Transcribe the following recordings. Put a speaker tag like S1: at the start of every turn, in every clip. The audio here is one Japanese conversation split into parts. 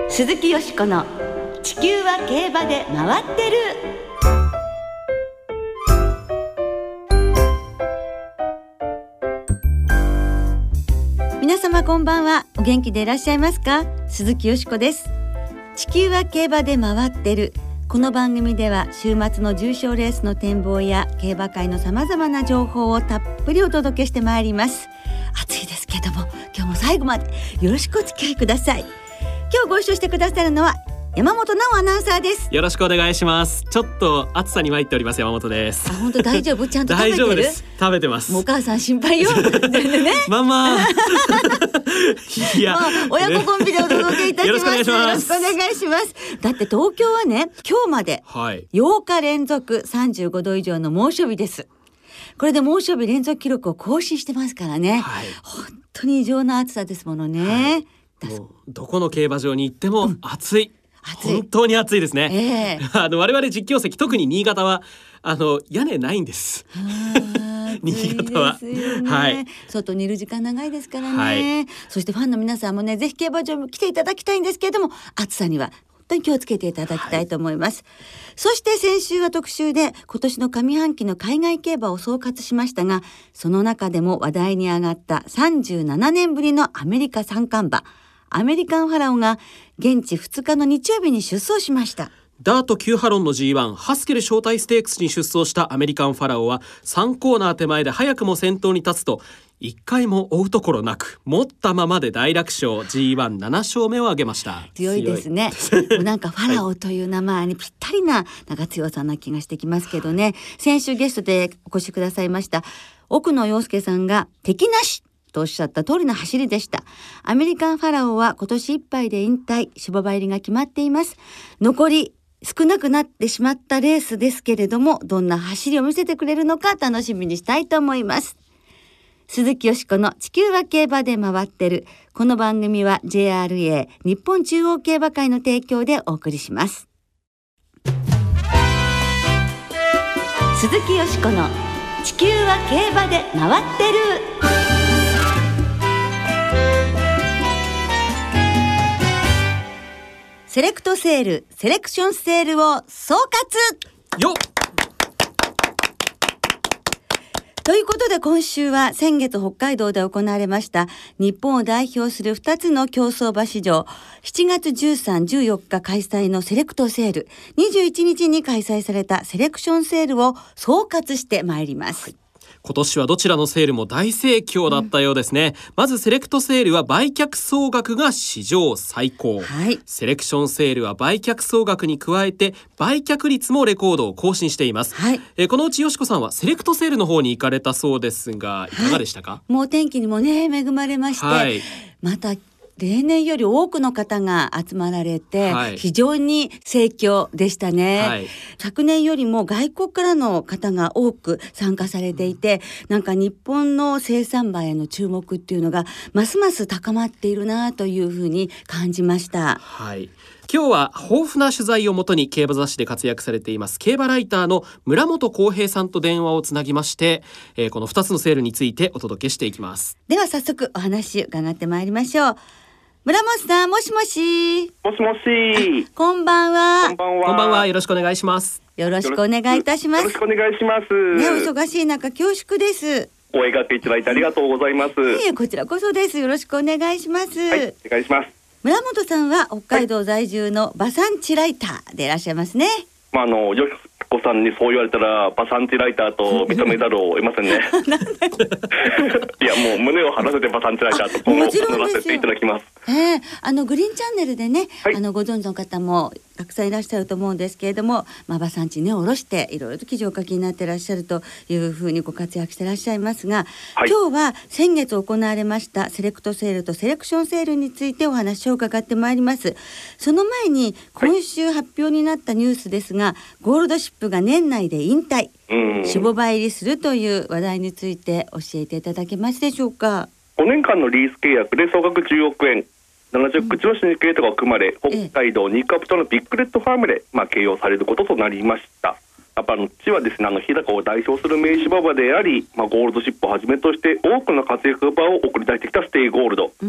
S1: 鈴木よしこの地球は競馬で回ってる。皆様こんばんは。お元気でいらっしゃいますか？鈴木よしこです。地球は競馬で回ってる。この番組では週末の重賞レースの展望や競馬界のさまざまな情報をたっぷりお届けしてまいります。暑いですけども今日も最後までよろしくお付き合いください。今日ご一緒してくださるのは山本直アナウンサーです。
S2: よろしくお願いします。ちょっと暑さに参っております山本です。
S1: 本当大丈夫？ちゃんと食べてる？
S2: 大丈夫です。食べてます。
S1: もうお母さん心配よね
S2: ママいや、
S1: 親子コンビでお届けいたします。よろしくお願いします。
S2: よろしくお願いします。
S1: だって東京はね今日まで8日連続35度以上の猛暑日です。これで猛暑日連続記録を更新してますからね、本当に異常な暑さですものね、
S2: もうどこの競馬場に行っても暑い、本当に暑いですね、我々実況席特に新潟は屋根ないんです新潟は、外にいる時間長いですからね、そしてファンの皆さんもねぜひ競馬場に来ていただきたいんですけれども暑さには本当に気をつけていただきたいと思います、そして先週は特集で今年の上半期の海外競馬を総括しましたが、その中でも話題に上がった37年ぶりのアメリカ三冠馬アメリカンファラオが現地2日の日曜日に出走しました。ダート9ハロンの G1 ハスケル招待ステークスに出走したアメリカンファラオは3コーナー手前で早くも先頭に立つと1回も追うところなく持ったままで大楽勝 G17 勝目を挙げました。
S1: 強いですねなんかファラオという名前にぴったりな、なんか強さな気がしてきますけどね、先週ゲストでお越しくださいました奥野陽介さんが敵なしとおっしゃった通りの走りでした。アメリカンファラオは今年いっぱいで引退、芝馬入りが決まっています。残り少なくなってしまったレースですけれども、どんな走りを見せてくれるのか楽しみにしたいと思います。鈴木よしこの地球は競馬で回ってる。この番組は JRA 日本中央競馬会の提供でお送りします。鈴木よしこの地球は競馬で回ってる。セレクトセール、セレクションセールを総括
S2: よっ
S1: ということで今週は先月北海道で行われました日本を代表する2つの競走馬市場7月13、14日開催のセレクトセール、21日に開催されたセレクションセールを総括してまいります。
S2: 今年はどちらのセールも大盛況だったようですね、まずセレクトセールは売却総額が史上最高、セレクションセールは売却総額に加えて売却率もレコードを更新しています、このうちよしこさんはセレクトセールの方に行かれたそうですがいかがでしたか？
S1: もう天気にもね恵まれまして、また例年より多くの方が集まられて、非常に盛況でしたね、昨年よりも外国からの方が多く参加されていて、なんか日本の生産馬への注目っていうのがますます高まっているなというふうに感じました。
S2: 今日は豊富な取材をもとに競馬雑誌で活躍されています競馬ライターの村本浩平さんと電話をつなぎまして、この2つのセールについてお届けしていきます。
S1: では早速お話伺ってまいりましょう。村本さん、もしもし。
S3: もしもし。
S1: こんばんは。
S2: こんばんは。よろしくお願いします。
S1: よろしくお願いいたします。
S3: よろしくお願いします。
S1: ね、お忙しい中恐縮です。
S3: お描きいただいてありがとうございます。
S1: こちらこそです。よろしくお願いします。
S3: お願いします。
S1: 村本さんは北海道在住の馬産地ライターでいらっしゃいますね。
S3: よしこさんにそう言われたら馬産地ライターと認めざるを得ませんねいやもう胸を張らせて馬産地ライターと名乗らせていただきます。
S1: グリーンチャンネルでね、ご存知の方もたくさんいらっしゃると思うんですけれども、馬産地ね下ろしていろいろと記事を書きになっていらっしゃるというふうにご活躍していらっしゃいますが、今日は先月行われましたセレクトセールとセレクションセールについてお話を伺ってまいります。その前に今週発表になったニュースですが、ゴールドシップが年内で引退、種母馬入りするという話題について教えていただけますでしょうか？
S3: 5年間のリース契約で総額10億円、70口のシンジケートが組まれ、北海道ニックアップとのビッグレッドファームで掲揚されることとなりました。やっぱ父はですね、日高を代表する名種馬場であり、ゴールドシップをはじめとして多くの活躍馬を送り出してきたステイゴールド、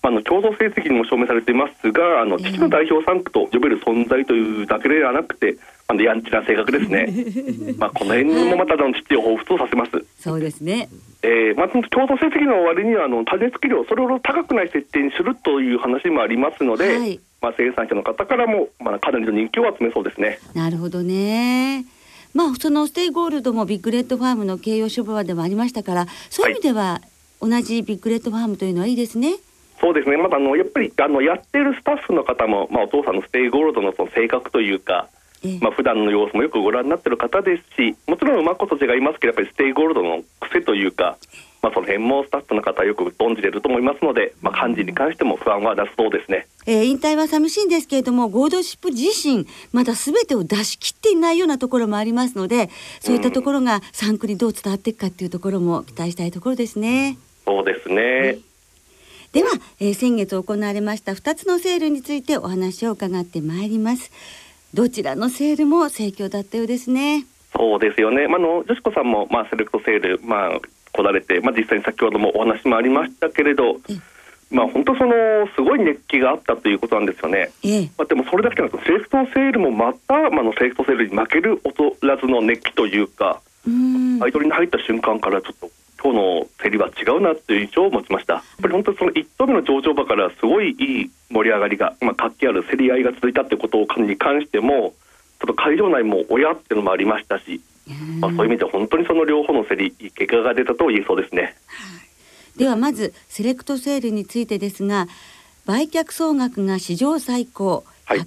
S3: 競争成績にも証明されていますが、父の代表3区と呼べる存在というだけではなくて、やんちゃな性格ですね。この辺もまた父を彷彿とさせます。
S1: そうですね。
S3: 競争成績の割には種付け量それほど高くない設定にするという話もありますので、はい、生産者の方からも、かなりの人気を集めそうですね。
S1: なるほどね。そのステイゴールドもビッグレッドファームの経営処分でもありましたから、そういう意味では同じビッグレッドファームというのはいいですね。
S3: そうですね。やっぱりやっているスタッフの方も、お父さんのステイゴールドのその性格というか、普段の様子もよくご覧になっている方ですし、もちろん馬こそ違いますけど、やっぱりステイゴールドの癖というか、その辺もスタッフの方はよく存じていると思いますので、幹事に関しても不安はなさそうですね。
S1: 引退は寂しいんですけれども、ゴールドシップ自身まだ全てを出し切っていないようなところもありますので、そういったところが3区にどう伝わっていくかというところも期待したいところですね。
S3: そうですね。
S1: では、先月行われました2つのセールについてお話を伺ってまいります。どちらのセールも盛況だったようですね。
S3: そうですよね。女子子さんも、セレクトセール、来られて、実際に先ほどもお話もありましたけれど、本当すごい熱気があったということなんですよね。でもそれだけじゃなくてセレクトセールもまた、セレクトセールに負ける劣らずの熱気というか、買い取りに入った瞬間からちょっと今日の競りは違うなという印象を持ちました。やっぱり本当にその1投目の上場馬からすごいいい盛り上がりが、活気ある競り合いが続いたということに関しても、ちょっと会場内も親っていうのもありましたし、そういう意味で本当にその両方の競り、いい結果が出たと言えそうですね。
S1: ではまずセレクトセールについてですが、売却総額が史上最高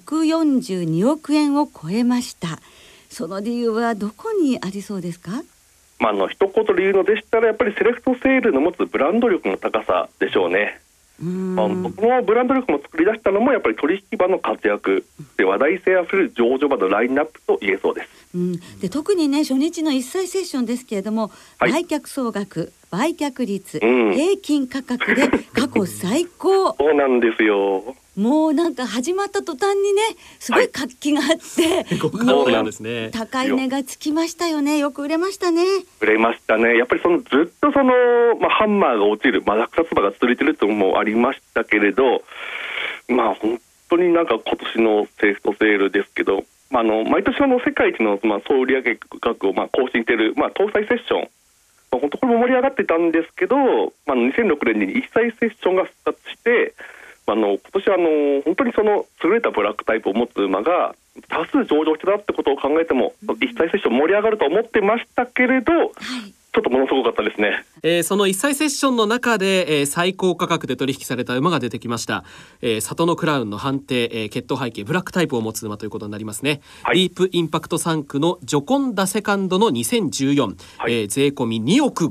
S1: 142億円を超えました。その理由はどこにありそうですか？
S3: 一言で言うのでしたら、やっぱりセレクトセールの持つブランド力の高さでしょうね。このブランド力も作り出したのもやっぱり取引馬の活躍で、話題性あふれる上場馬のラインナップと言えそうです。
S1: で特にね、初日の一斉セッションですけれども、売却総額、売却率、平均価格で過去最高。
S3: そうなんですよ。
S1: もうなんか始まった途端にね、すごい活気があって、
S2: そうなんですね。
S1: 高い値がつきましたよね。よく売れましたね。
S3: 売れましたね。やっぱりずっとハンマーが落ちる、落札馬が続いているというのもありましたけれど、本当に今年のセレクトセールですけど、毎年世界一の総売上額を更新している、搭載セッション、本当これも盛り上がっていたんですけど、2006年に一切セッションが復活して、今年は本当に優れたブラックタイプを持つ馬が多数上場してたってことを考えても、一切セッション盛り上がると思ってましたけれど、ちょっとものすごかったですね。
S2: その一切セッションの中で、最高価格で取引された馬が出てきました。里のクラウンの判定、血統背景ブラックタイプを持つ馬ということになりますね。ディープインパクト3区のジョコンダセカンドの2014、税込み2億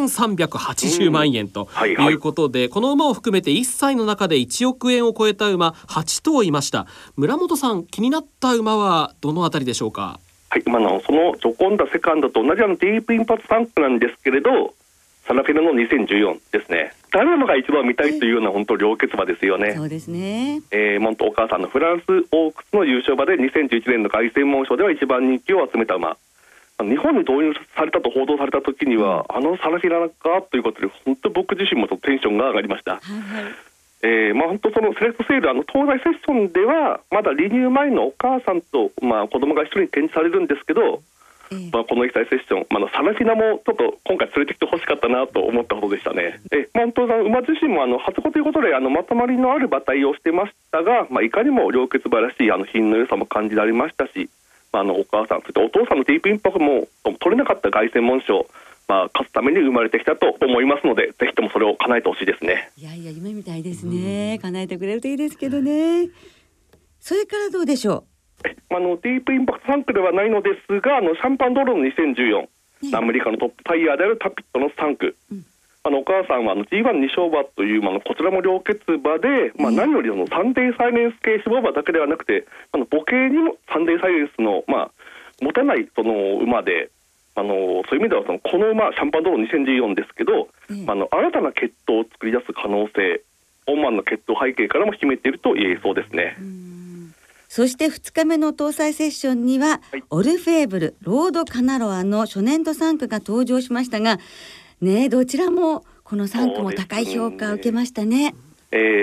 S2: 5380万円ということで、この馬を含めて1歳の中で1億円を超えた馬8頭いました。村本さん、気になった馬はどのあたりでしょうか？
S3: そのジョコンダセカンドと同じディープインパクト3区なんですけれど、サラフェナの2014ですね。誰もが一番見たいというような本当良血馬ですよね。
S1: そうですね。
S3: お母さんのフランスオークスの優勝馬で2011年の凱旋門賞では一番人気を集めた馬。日本に導入されたと報道された時には、サラフェナかということで、本当僕自身もテンションが上がりました。本当セレクトセール、東西セッションではまだ離乳前のお母さんと、子供が一緒に展示されるんですけど、この一切セッション、サラフィナもちょっと今回連れてきてほしかったなと思ったことでしたね。本当馬自身も初子ということでまとまりのある馬体をしてましたが、いかにも良血馬らしい品の良さも感じられましたし、お母さんそしてお父さんのディープインパクトも取れなかった凱旋門賞、勝つために生まれてきたと思いますので、ぜひともそれを叶えてほしいですね。
S1: いや夢みたいですね。叶えてくれるといいですけどね。それからどうでしょう？
S3: ディープインパクト3区ではないのですが、シャンパンドローの2014、アメリカのトップタイヤーであるタピットの3区、お母さんはG1 2勝馬というこちらも良血馬で、何よりサンデーサイレンス系脂肪馬だけではなくて、母系にもサンデーサイレンスの、持たない馬で、そういう意味ではこの馬シャンパンドロー2014ですけど、新たな血統を作り出す可能性、オマンの血統背景からも秘めていると言えそうですね。
S1: そして2日目の搭載セッションには、オルフェーブル、ロードカナロアの初年度3区が登場しましたが、どちらもこの3区も高い評価を受けましたね。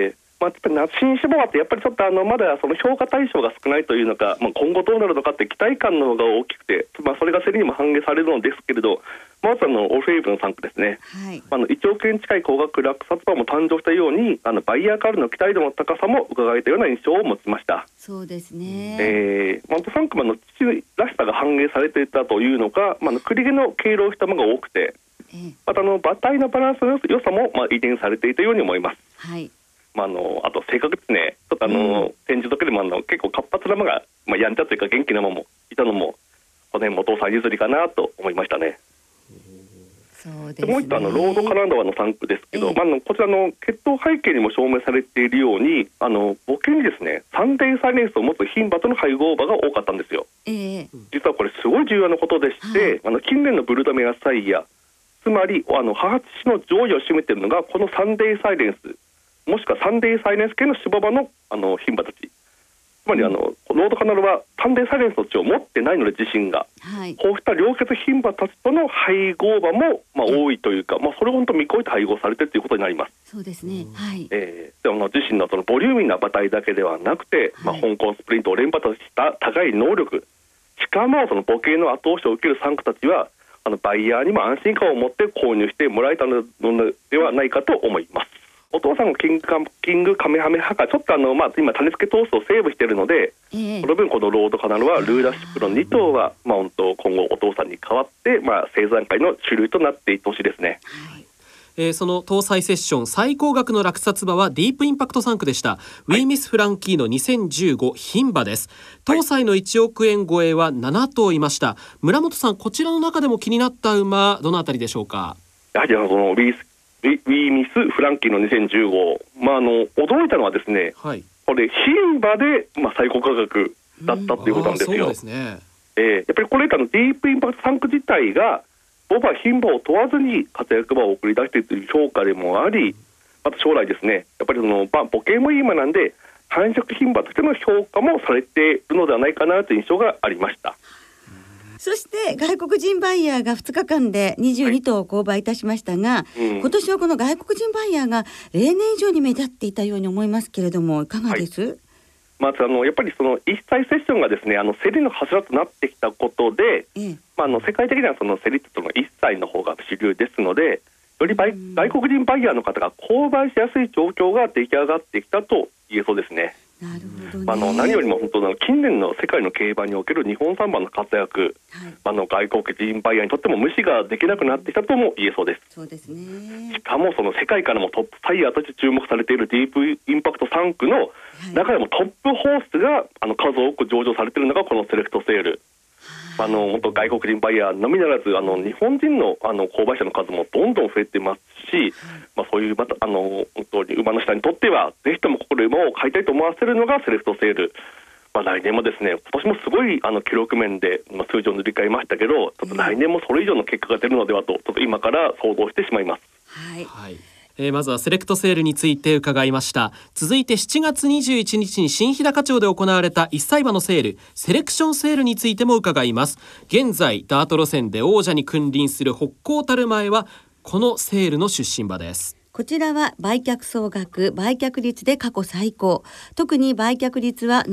S3: やっぱり新脂肪はってやっぱりちょっとまだその評価対象が少ないというのか、今後どうなるのかって期待感の方が大きくて、それが競りにも反映されるのですけれど、まずオフェーブの3区ですね、
S1: はい、
S3: 1億円近い高額落札馬も誕生したようにバイヤーからの期待度の高さも伺えたような印象を持ちました。
S1: そうですね、
S3: 3区の父らしさが反映されていたというのか、栗毛の毛色をした馬が多くて、また馬体のバランスの良さも遺伝されていたように思います。
S1: はい、
S3: あと性格ですね。ちょっと展示時でも結構活発な馬が、やんちゃというか元気な馬もいたのもこの辺もお父さん譲りかなと思いましたね。
S1: そうですね。
S3: もう一度ロードカナンダワの3区ですけど、こちらの血統背景にも証明されているように母系にですねサンデーサイレンスを持つ牝馬との配合馬が多かったんですよ。実はこれすごい重要なことでして、近年のブルダメアサイヤ、つまり母父の上位を占めているのがこのサンデーサイレンス、もしくはサンデーサイレンス系の芝馬の牝馬たち、つまりロードカナルはサンデーサイレンスの血を持ってないので自身が、こうした良血牝馬たちとの配合馬も多いというか、それを本当見越えて配合されているということになります。
S1: そうですね、はい。
S3: で自身のそのボリューミーな馬体だけではなくて、香港スプリントを連覇とした高い能力、しかもその母系の後押しを受ける3区たちはバイヤーにも安心感を持って購入してもらえたのではないかと思います。お父さんのキングカメハメハがちょっと今種付けトーストをセーブしているので、その分このロードカナルはルーダーシップの2頭は本当今後お父さんに代わって生産界の主流となっていってほしいですね。
S2: その搭載セッション最高額の落札馬はディープインパクト3区でした。ウィーミス・フランキーの2015牝馬です。搭載の1億円超えは7頭いました。村本さん、こちらの中でも気になった馬どのあたりでしょうか。
S3: やはりこのウィーミス・フランキーの2015、驚いたのはですね、これ牝馬で最高価格だったということなんですよ。そうですね。やっぱりこれディープインパクト3区自体が母馬牝馬を問わずに活躍馬を送り出しているという評価でもあり、また将来ですね、やっぱり母系もいい馬なんで繁殖牝馬としての評価もされているのではないかなという印象がありました。
S1: そして外国人バイヤーが2日間で22頭を購買いたしましたが、今年はこの外国人バイヤーが例年以上に目立っていたように思いますけれども、いかがです？
S3: まずやっぱりその一切セッションがですね競りの柱となってきたことで、世界的にはその競りっていうのが一切の方が主流ですので、より外国人バイヤーの方が購買しやすい状況が出来上がってきたと言えそうですね。
S1: なるほどね。
S3: 何よりも本当近年の世界の競馬における日本産馬の活躍、外国人バイヤーにとっても無視ができなくなってきたとも言えそうです。
S1: そうですね。
S3: しかもその世界からもトップサイヤーとして注目されているディープインパクト3区の中でもトップホースが数多く上場されているのがこのセレクトセール。本当外国人バイヤーのみならず日本人の購買者の数もどんどん増えていますし、そういう本当に馬の人にとってはぜひともここで馬を買いたいと思わせるのがセレクトセール。来年もですね、今年もすごい記録面で数字を塗り替えましたけど、ちょっと来年もそれ以上の結果が出るのではとちょっと今から想像してしまいます。
S2: まずはセレクトセールについて伺いました。続いて7月21日に新日高町で行われた1歳馬のセール、セレクションセールについても伺います。現在ダート路線で王者に君臨する北高たる前はこのセールの出身馬です。
S1: こちらは売却総額、売却率で過去最高。特に売却率は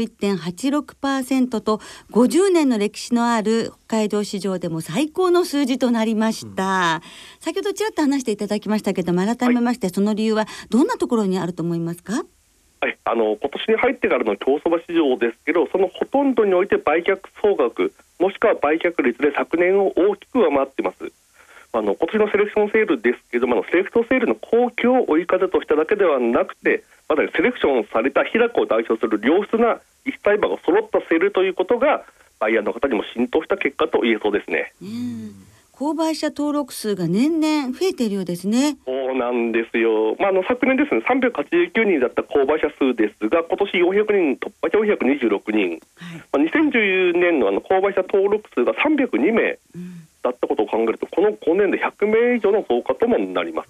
S1: 71.86% と50年の歴史のある北海道市場でも最高の数字となりました。先ほどちらっと話していただきましたけども、改めましてその理由はどんなところにあると思いますか？
S3: 今年に入ってからの競走馬市場ですけど、そのほとんどにおいて売却総額もしくは売却率で昨年を大きく上回っています。今年のセレクションセールですけども、セレクトセールの好況を追い風としただけではなくて、まだセレクションされた平子を代表する良質な一歳馬が揃ったセールということがバイヤーの方にも浸透した結果と言えそうですね。
S1: 購買者登録数が年々増えているようですね。
S3: そうなんですよ。昨年ですね389人だった購買者数ですが、今年400人突破426人、2014年の購買者登録数が302名だったことを考えると、この5年で100名以上の増加ともなります。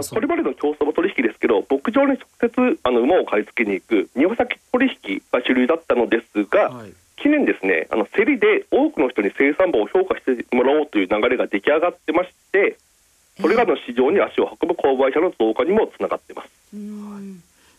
S3: これまでの競走馬取引ですけど、牧場に直接馬を買い付けに行く庭先取引が主流だったのですが、近年ですね競りで多くの人に生産馬を評価してもらおうという流れが出来上がってまして、それらの市場に足を運ぶ購買者の増加にもつながっています。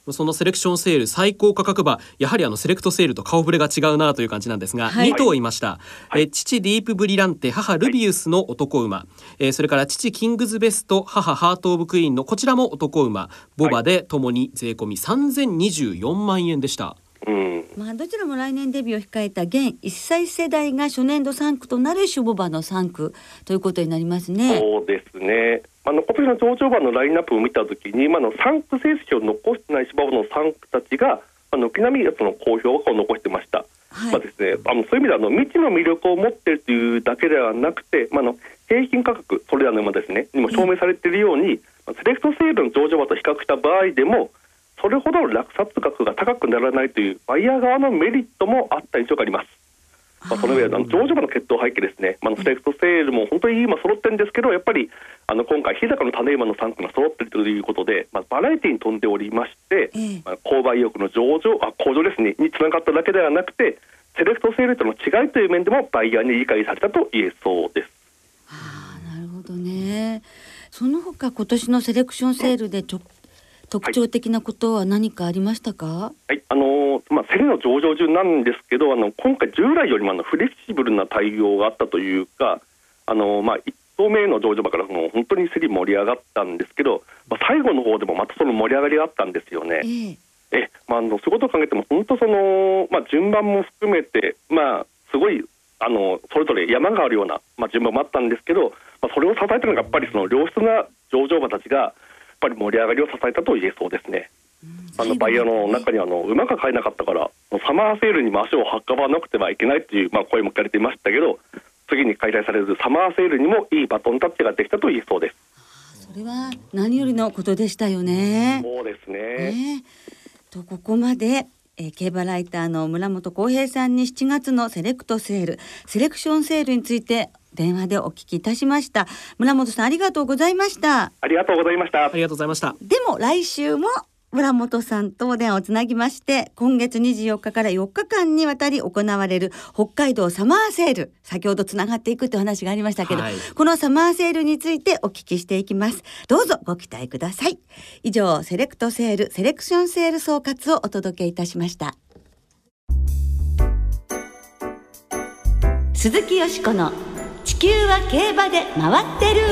S2: そのセレクションセール最高価格馬、やはりセレクトセールと顔ぶれが違うなという感じなんですが、
S1: はい、
S2: 2頭いました、父ディープブリランテ、母ルビウスの男馬、それから父キングズベスト、母ハートオブクイーンのこちらも男馬ボバでともに税込み3024万円でした。
S1: どちらも来年デビューを控えた現1歳世代が初年度3区となる種牡馬の3区ということになりますね。
S3: そうですね。今年の上場馬のラインナップを見たときに、3区成績を残してない芝馬の3区たちが軒並みその好評を残してました。ですね、そういう意味では未知の魅力を持っているというだけではなくて、平均価格それらの馬ですねにも証明されているように、セレクトセールの上場馬と比較した場合でもそれほど落札額が高くならないというバイヤー側のメリットもあった印象があります。その上で上場馬の決闘背景ですね、セレクトセールも本当に今揃ってるんですけど、やっぱり今回日高の種馬の3区が揃っているということで、バラエティに富んでおりまして、購買意欲の向上ですねにつながっただけではなくて、セレクトセールとの違いという面でもバイヤーに理解されたと言えそうです。
S1: なるほどね。その他今年のセレクションセールで特徴的なことは何かありましたか？
S3: 競りの上場順なんですけど、今回従来よりもフレキシブルな対応があったというか、1頭目の上場馬から本当に競り盛り上がったんですけど、最後の方でもまたその盛り上がりがあったんですよね。そういうことを考えても本当順番も含めてすごいそれぞれ山があるような、順番もあったんですけど、それを支えたのがやっぱりその良質な上場馬たちがやっぱり盛り上がりを支えたと言えそうですね。バイヤーの中には馬が買えなかったからサマーセールにも足を運ばなくてはいけないという、声も聞かれていましたけど、次に開催されるサマーセールにもいいバトンタッチができたと言えそうです。
S1: それは何よりのことでしたよね。
S3: そうですね。
S1: ここまで競馬ライターの村本浩平さんに7月のセレクトセール、セレクションセールについて電話でお聞きいたしました。村本さん、ありがとうございました。
S3: ありがとうございました。
S2: ありがとうございました。
S1: でも来週も村本さんとお電話をつなぎまして、今月24日から4日間にわたり行われる北海道サマーセール、先ほどつながっていくという話がありましたけど、このサマーセールについてお聞きしていきます。どうぞご期待ください。以上、セレクトセール、セレクションセール総括をお届けいたしました。鈴木よしこの地球は競馬で回ってる。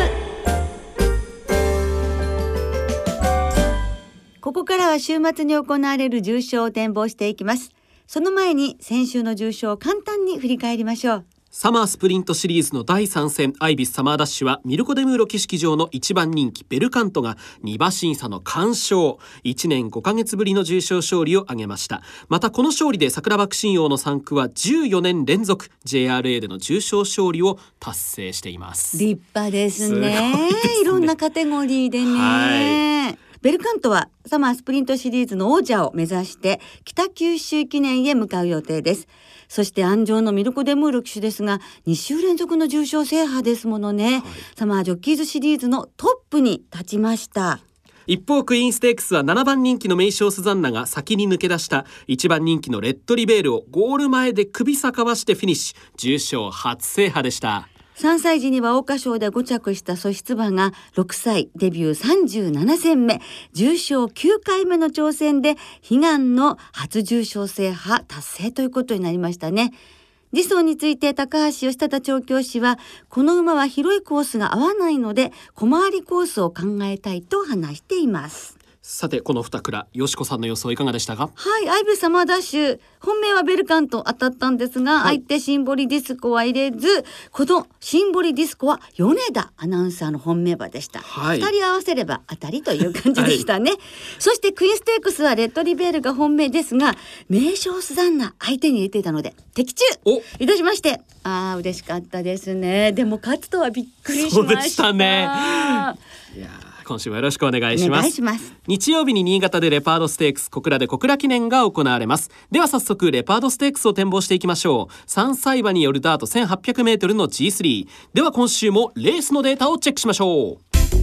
S1: ここからは週末に行われる重賞を展望していきます。その前に先週の重賞を簡単に振り返りましょう。
S2: サマースプリントシリーズの第3戦アイビスサマーダッシュはミルコ・デムーロ騎式場の1番人気ベルカントが2馬審査の完勝、1年5ヶ月ぶりの重賞勝利を挙げました。またこの勝利で桜爆心王の3区は14年連続 JRA での重賞勝利を達成しています。
S1: 立派ですね。いろんなカテゴリーでね。ベルカントはサマースプリントシリーズの王者を目指して北九州記念へ向かう予定です。そして安城のミルコ・デムーロ騎手ですが2週連続の重賞制覇ですものね。サマージョッキーズシリーズのトップに立ちました。
S2: 一方クイーンステークスは7番人気のメイショースザンナが先に抜け出した1番人気のレッドリベールをゴール前で首逆わしてフィニッシュ、重賞初制覇でした。
S1: 3歳児には桜花賞で5着したソシツ馬が6歳デビュー37戦目、重賞9回目の挑戦で悲願の初重賞制覇達成ということになりましたね。次走について高橋義忠調教師はこの馬は広いコースが合わないので小回りコースを考えたいと話しています。
S2: さてこの2蔵、よしこさんの予想いかがでしたか？
S1: アイビスサマーダッシュ、本命はベルカント当たったんですが、相手シンボリディスコは入れず、このシンボリディスコは米田アナウンサーの本命馬でした。2人合わせれば当たりという感じでしたね。そしてクイーンステークスはレッドリベールが本命ですが、名将スザンナ相手に入れていたので的中いたしまして、嬉しかったですね。でも勝つとはびっくりしました。
S2: そうでしたね。いや今週もよろしくお願いします。日曜日に新潟でレパードステークス、小倉で小倉記念が行われます。では早速レパードステークスを展望していきましょう。3歳馬によるダート 1800m の G3 では今週もレースのデータをチェックしましょう。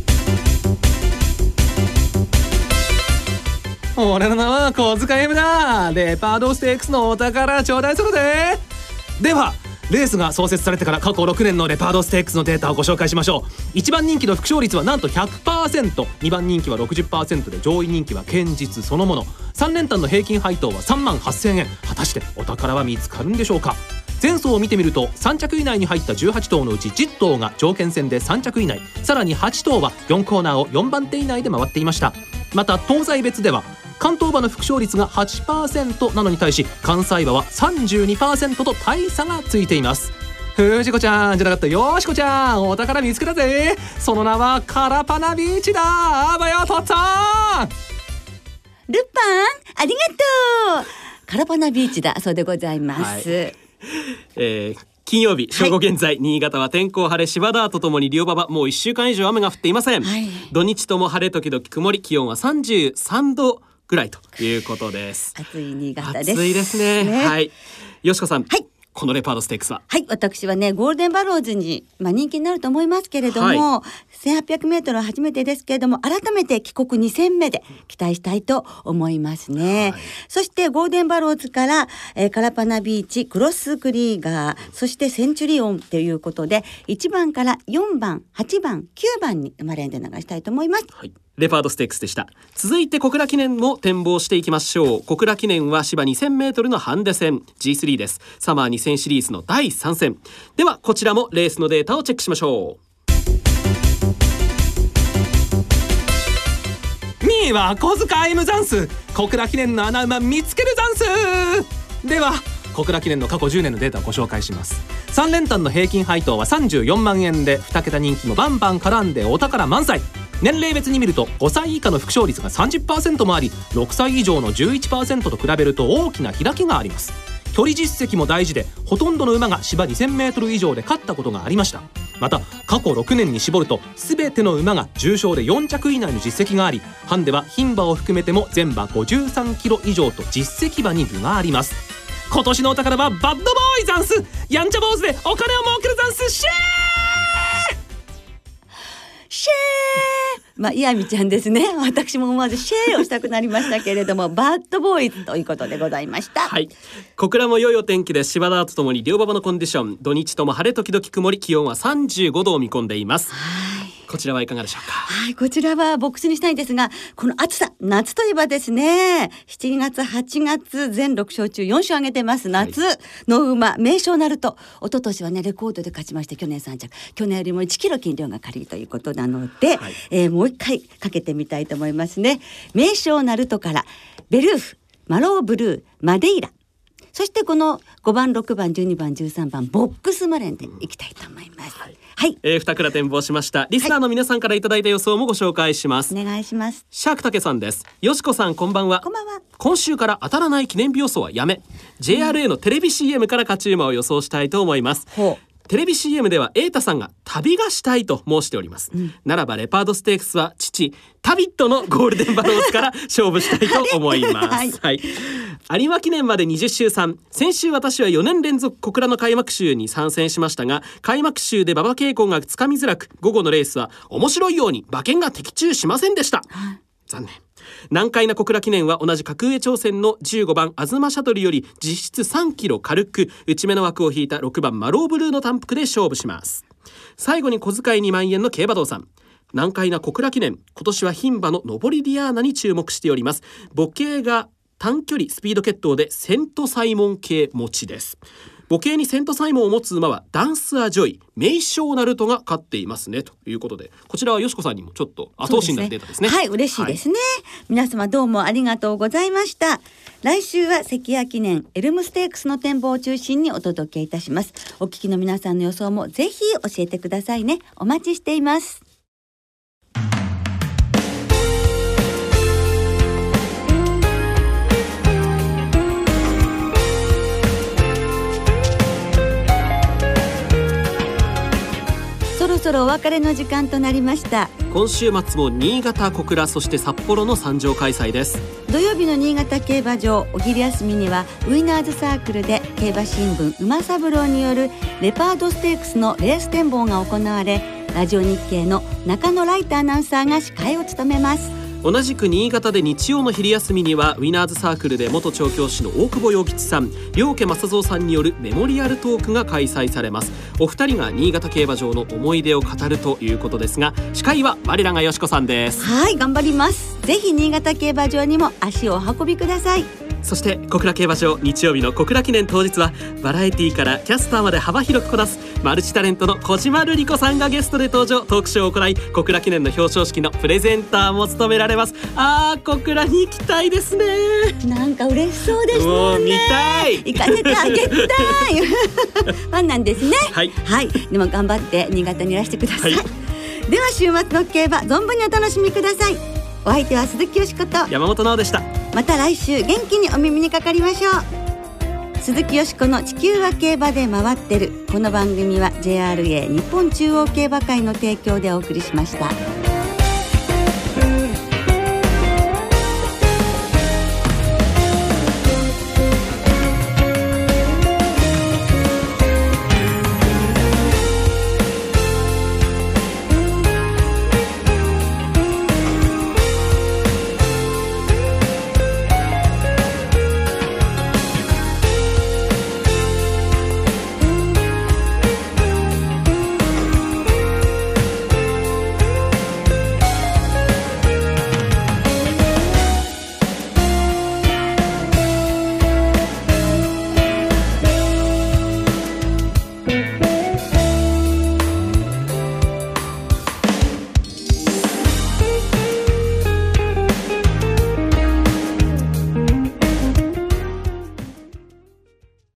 S4: 俺の名は小塚 M だ。レパードステークスのお宝頂戴するで。ではレースが創設されてから過去6年のレパードステークスのデータをご紹介しましょう。1番人気の副勝率はなんと 100%、 2番人気は 60% で上位人気は堅実そのもの。3連単の平均配当は38,000円。果たしてお宝は見つかるんでしょうか。前走を見てみると3着以内に入った18頭のうち10頭が条件戦で3着以内、さらに8頭は4コーナーを4番手以内で回っていました。また東西別では関東馬の副勝率が 8% なのに対し関西馬は 32% と大差がついています。藤子ちゃんじゃなかった、よしこちゃん、お宝見つけたぜ。その名はカラパナビーチだ。あばよとっつぁん。
S1: ルパンありがとう。カラパナビーチだそうでございます、
S2: 金曜日正午現在、新潟は天候晴れ、芝田とともに両馬場もう1週間以上雨が降っていません、土日とも晴れ時々曇り、気温は33度ぐらいということです。
S1: 暑い新潟です。
S2: 暑いですね。はい。よしこさん、
S1: はい、
S2: このレパードステークスは。
S1: はい、私はねゴールデンバローズに、人気になると思いますけれども、1800メートルは初めてですけれども、改めて帰国2戦目で期待したいと思いますね、そしてゴールデンバローズから、カラパナビーチ、クロスクリーガー、そしてセンチュリオンということで1番から4番8番9番に生まれんで流したいと思います。
S2: レパードステークスでした。続いて小倉記念も展望していきましょう。小倉記念は芝 2000m のハンデ戦 G3 です。サマー2000シリーズの第3戦では、こちらもレースのデータをチェックしましょう。
S4: 2位は小塚歩ザンス。小倉記念の穴馬見つけるザンス。では小倉記念の過去10年のデータをご紹介します。3連単の平均配当は34万円で、2桁人気もバンバン絡んでお宝満載。年齢別に見ると5歳以下の副勝率が 30% もあり、6歳以上の 11% と比べると大きな開きがあります。距離実績も大事で、ほとんどの馬が芝 2000m 以上で勝ったことがありました。また過去6年に絞ると全ての馬が重賞で4着以内の実績があり、ハンデは牝馬を含めても全馬53キロ以上と実績馬に分があります。今年のお宝はバッドボーイザンス。やんちゃ坊主でお金を儲けるザンス。シェー
S1: シェー、岩見ちゃんですね。私も思わずシェーをしたくなりましたけれどもバッドボーイズということでございました。
S2: 小倉も良いお天気で、芝田とともに両馬場のコンディション、土日とも晴れ時々曇り、気温は35度を見込んでいます。こちらはいかがでしょうか。
S1: こちらはボックスにしたいんですが、この暑さ、夏といえばですね、7月8月全6勝中4勝挙げてます。夏の馬、名将なると、一昨年はねレコードで勝ちまして、去年3着、去年よりも1キロ斤量が軽いということなので、もう一回かけてみたいと思いますね。名将なるとからベルーフ、マローブルー、マデイラ、そしてこの5番6番12番13番ボックスマレンでいきたいと思います。
S2: 2倉展望しました。リスナーの皆さんからいただいた予想もご紹介します。
S1: お願いします。
S2: シャークタケさんです。よしこさん、こんばんは。
S1: こんばんは。
S2: 今週から当たらない記念日予想はやめ、JRA のテレビ CM から勝ち馬を予想したいと思います。テレビ CM では瑛太さんが旅がしたいと申しております、ならばレパードステークスは父タビットのゴールデンバローズから勝負したいと思います、有馬記念まで20週3、先週私は4年連続小倉の開幕週に参戦しましたが、開幕週で馬場傾向がつかみづらく、午後のレースは面白いように馬券が的中しませんでした、残念。難解な小倉記念は同じ格上挑戦の15番アズマシャトルより実質3キロ軽く、内目の枠を引いた6番マローブルーの単幅で勝負します。最後に小遣い2万円の競馬道さん、難解な小倉記念、今年は牝馬の上りディアーナに注目しております。母系が短距離スピード決闘でセントサイモン系持ちです。母系にセントサイモンを持つ馬はダンスアジョイ、名将ナルトが勝っていますねということで、こちらはよしこさんにもちょっと後押しになるデータですね。
S1: 嬉しいですね、皆様どうもありがとうございました。来週は関谷記念エルムステークスの展望を中心にお届けいたします。お聞きの皆さんの予想もぜひ教えてくださいね。お待ちしています。そろそろお別れの時間となりました。
S2: 今週末も新潟、小倉、そして札幌の3場開催です。
S1: 土曜日の新潟競馬場、お昼休みにはウィナーズサークルで競馬新聞馬三郎によるレパードステークスのレース展望が行われ、ラジオ日経の中野ライトアナウンサーが司会を務めます。
S2: 同じく新潟で日曜の昼休みにはウィナーズサークルで元調教師の大久保陽吉さん、両家正蔵さんによるメモリアルトークが開催されます。お二人が新潟競馬場の思い出を語るということですが、司会は我らがよしこさんです。
S1: はい、頑張ります。ぜひ新潟競馬場にも足をお運びください。
S2: そして小倉競馬場、日曜日の小倉記念当日はバラエティからキャスターまで幅広くこなすマルチタレントの小島瑠璃子さんがゲストで登場、トークショーを行い、小倉記念の表彰式のプレゼンターも務められます。小倉に行きたいですね。
S1: なんか嬉しそうですもんね。
S2: もう見たい、
S1: 行かせてあげたいファンなんですね。
S2: はい、
S1: はい、でも頑張って新潟にいらしてください、
S2: はい、
S1: では週末の競馬存分にお楽しみください。お相手は鈴木よしこと
S2: 山本直でした。
S1: また来週元気にお耳にかかりましょう。鈴木よしこの地球は競馬で回ってる。この番組は JRA 日本中央競馬会の提供でお送りしました。